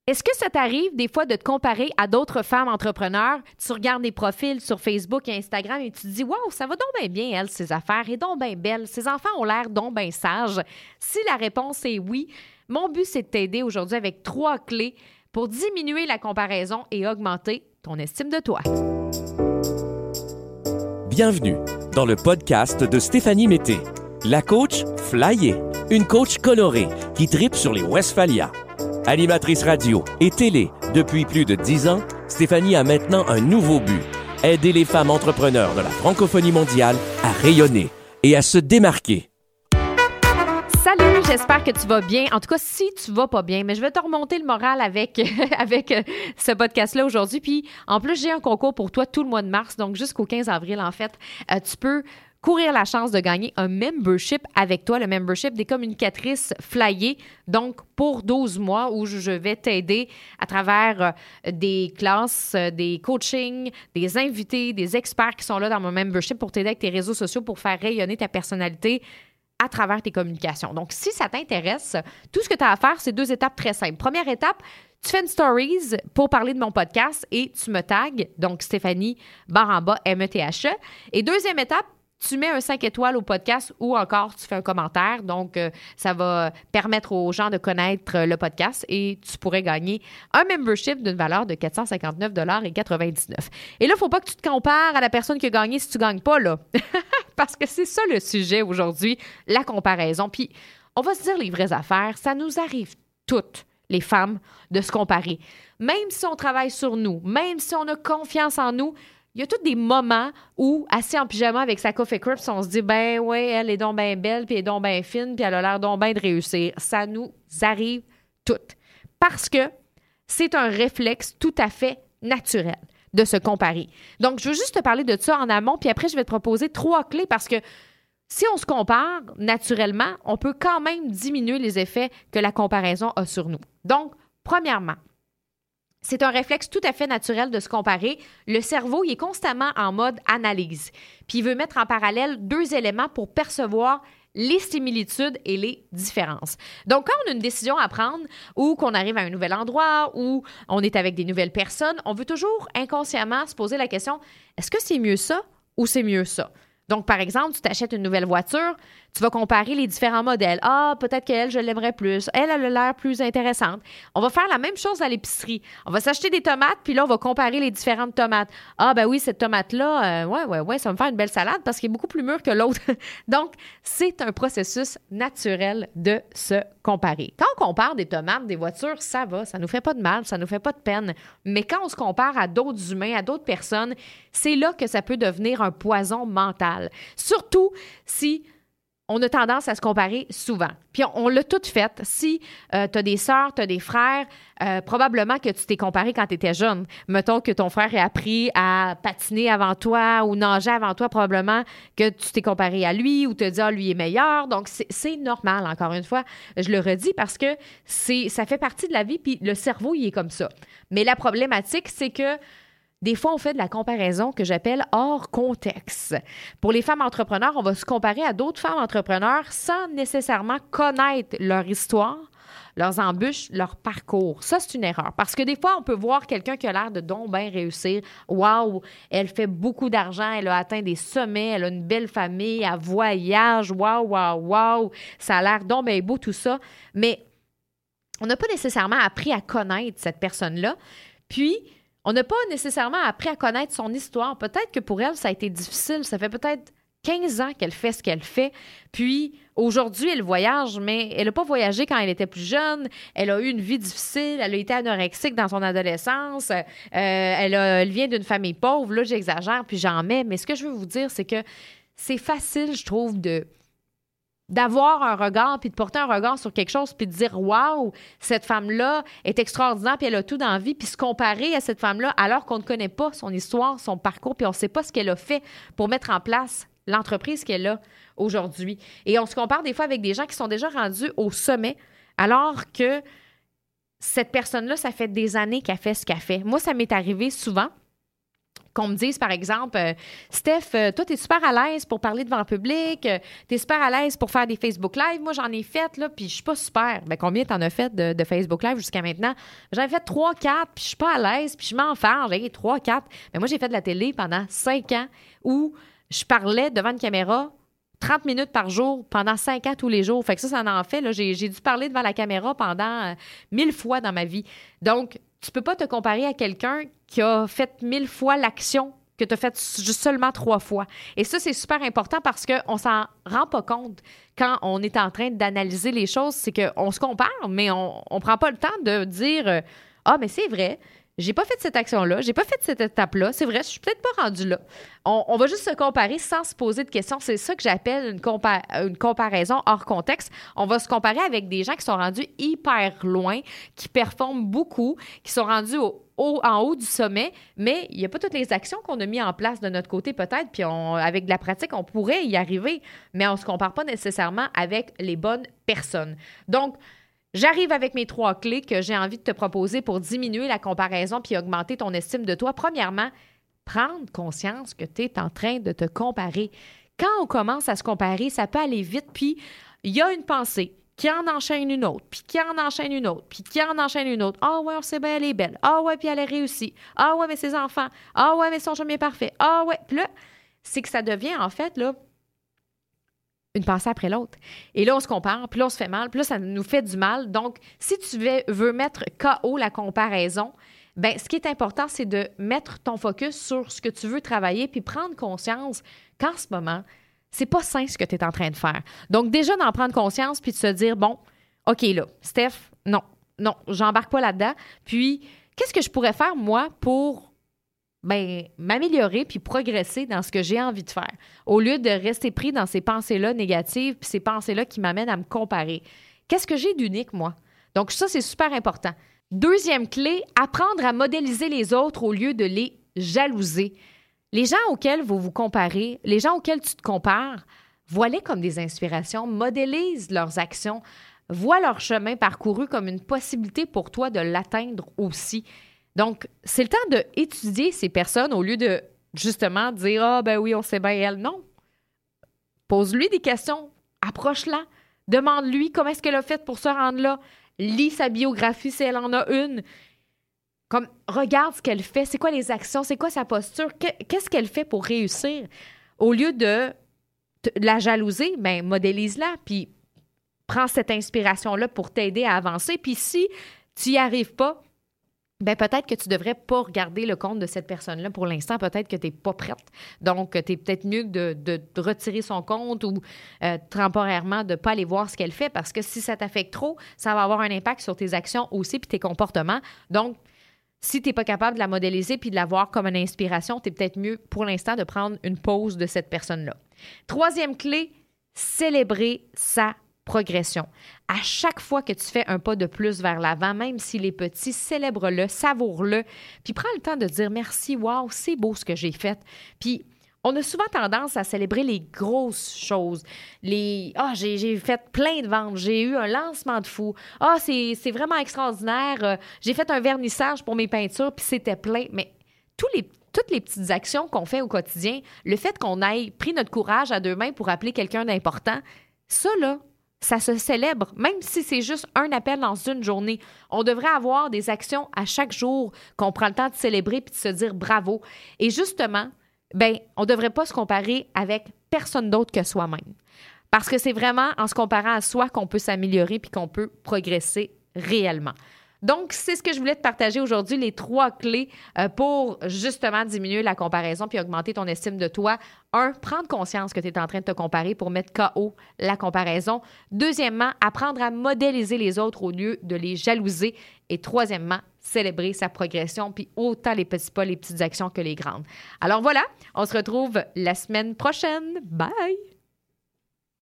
Est-ce que ça t'arrive des fois de te comparer à d'autres femmes entrepreneurs? Tu regardes des profils sur Facebook et Instagram et tu te dis « Wow, ça va donc bien bien, elle, ses affaires, et donc bien belle. Ses enfants ont l'air donc bien sages. » Si la réponse est oui, mon but, c'est de t'aider aujourd'hui avec 3 clés pour diminuer la comparaison et augmenter ton estime de toi. Bienvenue dans le podcast de Stéphanie Mété, la coach flyée, une coach colorée qui tripe sur les Westphalia. Animatrice radio et télé depuis plus de 10 ans, Stéphanie a maintenant un nouveau but, aider les femmes entrepreneurs de la francophonie mondiale à rayonner et à se démarquer. Salut, j'espère que tu vas bien. En tout cas, si tu vas pas bien, mais je vais te remonter le moral avec ce podcast-là aujourd'hui. Puis, en plus, j'ai un concours pour toi tout le mois de mars, donc jusqu'au 15 avril, en fait. Tu peux courir la chance de gagner un membership avec toi, le membership des communicatrices flyées, donc pour 12 mois où je vais t'aider à travers des classes, des coachings, des invités, des experts qui sont là dans mon membership pour t'aider avec tes réseaux sociaux pour faire rayonner ta personnalité à travers tes communications. Donc, si ça t'intéresse, tout ce que tu as à faire, c'est 2 étapes très simples. Première étape, tu fais une stories pour parler de mon podcast et tu me tags, donc Stéphanie _METHE. Et deuxième étape, tu mets un 5 étoiles au podcast ou encore tu fais un commentaire. Donc, ça va permettre aux gens de connaître le podcast et tu pourrais gagner un membership d'une valeur de 459,99 $. Et là, il ne faut pas que tu te compares à la personne qui a gagné si tu ne gagnes pas, là. Parce que c'est ça le sujet aujourd'hui, la comparaison. Puis, on va se dire les vraies affaires, ça nous arrive toutes, les femmes, de se comparer. Même si on travaille sur nous, même si on a confiance en nous, il y a tous des moments où, assis en pyjama avec sa Coffee Crips, on se dit « Ben ouais, elle est donc bien belle, puis elle est donc bien fine, puis elle a l'air donc bien de réussir. » Ça nous arrive toutes. Parce que c'est un réflexe tout à fait naturel de se comparer. Donc, je veux juste te parler de ça en amont, puis après, je vais te proposer 3 clés parce que si on se compare naturellement, on peut quand même diminuer les effets que la comparaison a sur nous. Donc, premièrement, c'est un réflexe tout à fait naturel de se comparer. Le cerveau, il est constamment en mode analyse. Puis il veut mettre en parallèle 2 éléments pour percevoir les similitudes et les différences. Donc, quand on a une décision à prendre ou qu'on arrive à un nouvel endroit ou on est avec des nouvelles personnes, on veut toujours inconsciemment se poser la question, est-ce que c'est mieux ça ou c'est mieux ça? Donc, par exemple, tu t'achètes une nouvelle voiture, tu vas comparer les différents modèles. Ah, peut-être qu'elle, je l'aimerais plus. Elle a l'air plus intéressante. On va faire la même chose à l'épicerie. On va s'acheter des tomates, puis là, on va comparer les différentes tomates. Ah, ben oui, cette tomate-là, ouais, ça va me faire une belle salade parce qu'elle est beaucoup plus mûre que l'autre. Donc, c'est un processus naturel de se comparer. Quand on compare des tomates, des voitures, ça va, ça nous fait pas de mal, ça nous fait pas de peine. Mais quand on se compare à d'autres humains, à d'autres personnes, c'est là que ça peut devenir un poison mental. Surtout si on a tendance à se comparer souvent. Puis on l'a tout fait. Si tu as des sœurs, tu as des frères, probablement que tu t'es comparé quand tu étais jeune. Mettons que ton frère a appris à patiner avant toi ou nager avant toi, probablement que tu t'es comparé à lui ou te dit « Ah, lui est meilleur ». Donc, c'est normal, encore une fois. Je le redis parce que ça fait partie de la vie, puis le cerveau, il est comme ça. Mais la problématique, c'est que des fois, on fait de la comparaison que j'appelle hors contexte. Pour les femmes entrepreneurs, on va se comparer à d'autres femmes entrepreneurs sans nécessairement connaître leur histoire, leurs embûches, leur parcours. Ça, c'est une erreur. Parce que des fois, on peut voir quelqu'un qui a l'air de donc bien réussir. Waouh, elle fait beaucoup d'argent, elle a atteint des sommets, elle a une belle famille, elle voyage. Waouh, ça a l'air donc bien beau tout ça. Mais on n'a pas nécessairement appris à connaître cette personne-là. Puis, on n'a pas nécessairement appris à connaître son histoire. Peut-être que pour elle, ça a été difficile. Ça fait peut-être 15 ans qu'elle fait ce qu'elle fait. Puis, aujourd'hui, elle voyage, mais elle n'a pas voyagé quand elle était plus jeune. Elle a eu une vie difficile. Elle a été anorexique dans son adolescence. Elle vient d'une famille pauvre. Là, j'exagère, puis j'en mets. Mais ce que je veux vous dire, c'est que c'est facile, je trouve, d'avoir un regard, puis de porter un regard sur quelque chose, puis de dire « Wow, cette femme-là est extraordinaire, puis elle a tout dans la vie », puis se comparer à cette femme-là alors qu'on ne connaît pas son histoire, son parcours, puis on ne sait pas ce qu'elle a fait pour mettre en place l'entreprise qu'elle a aujourd'hui. Et on se compare des fois avec des gens qui sont déjà rendus au sommet, alors que cette personne-là, ça fait des années qu'elle fait ce qu'elle fait. Moi, ça m'est arrivé souvent. Qu'on me dise, par exemple, Steph, toi, t'es super à l'aise pour parler devant le public, t'es super à l'aise pour faire des Facebook Live. Moi, j'en ai fait, là, puis je suis pas super. Bien, combien t'en as fait de Facebook Live jusqu'à maintenant? J'en ai fait 3, 4, puis je suis pas à l'aise, puis je m'enferme. J'ai 3, 4. Mais moi, j'ai fait de la télé pendant 5 ans où je parlais devant une caméra 30 minutes par jour pendant 5 ans tous les jours. Fait que ça en fait. Là, j'ai dû parler devant la caméra pendant 1000 fois dans ma vie. Donc, tu peux pas te comparer à quelqu'un qui a fait 1000 fois l'action que tu as faite juste seulement 3 fois. Et ça, c'est super important parce qu'on s'en rend pas compte quand on est en train d'analyser les choses. C'est qu'on se compare, mais on prend pas le temps de dire « Ah, mais c'est vrai, j'ai pas fait cette action-là, j'ai pas fait cette étape-là. C'est vrai, je suis peut-être pas rendue là. » On va juste se comparer sans se poser de questions. C'est ça que j'appelle une comparaison hors contexte. On va se comparer avec des gens qui sont rendus hyper loin, qui performent beaucoup, qui sont rendus en haut du sommet, mais il n'y a pas toutes les actions qu'on a mis en place de notre côté peut-être, puis avec de la pratique, on pourrait y arriver, mais on ne se compare pas nécessairement avec les bonnes personnes. Donc, j'arrive avec mes 3 clés que j'ai envie de te proposer pour diminuer la comparaison puis augmenter ton estime de toi. Premièrement, prendre conscience que tu es en train de te comparer. Quand on commence à se comparer, ça peut aller vite, puis il y a une pensée qui en enchaîne une autre, puis qui en enchaîne une autre, puis qui en enchaîne une autre. Ah ouais, on sait bien, elle est belle. Ah ouais, puis elle a réussi. Ah ouais, mais ses enfants. Ah ouais, mais son chum est parfait. Ah ouais. Puis là, c'est que ça devient en fait, là, une pensée après l'autre. Et là, on se compare, puis là, on se fait mal, puis là, ça nous fait du mal. Donc, si tu veux mettre KO la comparaison, bien, ce qui est important, c'est de mettre ton focus sur ce que tu veux travailler, puis prendre conscience qu'en ce moment, c'est pas sain ce que tu es en train de faire. Donc, déjà, d'en prendre conscience, puis de se dire, bon, OK, là, Steph, non, j'embarque pas là-dedans. Puis, qu'est-ce que je pourrais faire, moi, pour m'améliorer puis progresser dans ce que j'ai envie de faire, au lieu de rester pris dans ces pensées-là négatives puis ces pensées-là qui m'amènent à me comparer. Qu'est-ce que j'ai d'unique, moi? Donc, ça, c'est super important. Deuxième clé, apprendre à modéliser les autres au lieu de les jalouser. Les gens auxquels vous vous comparez, les gens auxquels tu te compares, vois-les comme des inspirations, modélise leurs actions, vois leur chemin parcouru comme une possibilité pour toi de l'atteindre aussi. Donc, c'est le temps d'étudier ces personnes au lieu de justement dire « Ah, ben oui, on sait bien elle ». Non. Pose-lui des questions, approche-la, demande-lui comment est-ce qu'elle a fait pour se rendre là, lis sa biographie si elle en a une. Comme, regarde ce qu'elle fait, c'est quoi les actions, c'est quoi sa posture, qu'est-ce qu'elle fait pour réussir. Au lieu de la jalouser, bien, modélise-la, puis prends cette inspiration-là pour t'aider à avancer. Puis si tu n'y arrives pas, bien, peut-être que tu ne devrais pas regarder le compte de cette personne-là pour l'instant. Peut-être que tu n'es pas prête. Donc, tu es peut-être mieux de retirer son compte ou temporairement de ne pas aller voir ce qu'elle fait parce que si ça t'affecte trop, ça va avoir un impact sur tes actions aussi puis tes comportements. Donc, si tu n'es pas capable de la modéliser puis de la voir comme une inspiration, tu es peut-être mieux pour l'instant de prendre une pause de cette personne-là. Troisième clé, célébrer sa progression. À chaque fois que tu fais un pas de plus vers l'avant, même s'il est petit, célèbre-le, savoure-le, puis prends le temps de dire merci, wow, c'est beau ce que j'ai fait. Puis on a souvent tendance à célébrer les grosses choses. J'ai fait plein de ventes, j'ai eu un lancement de fou. C'est vraiment extraordinaire. J'ai fait un vernissage pour mes peintures, puis c'était plein. Mais toutes les petites actions qu'on fait au quotidien, le fait qu'on ait pris notre courage à 2 mains pour appeler quelqu'un d'important, ça, là, ça se célèbre, même si c'est juste un appel dans une journée. On devrait avoir des actions à chaque jour qu'on prend le temps de célébrer puis de se dire bravo. Et justement, on ne devrait pas se comparer avec personne d'autre que soi-même. Parce que c'est vraiment en se comparant à soi qu'on peut s'améliorer puis qu'on peut progresser réellement. Donc, c'est ce que je voulais te partager aujourd'hui, les 3 clés pour justement diminuer la comparaison puis augmenter ton estime de toi. 1, prendre conscience que tu es en train de te comparer pour mettre KO la comparaison. 2, apprendre à modéliser les autres au lieu de les jalouser. Et 3, célébrer sa progression, puis autant les petits pas, les petites actions que les grandes. Alors voilà, on se retrouve la semaine prochaine. Bye!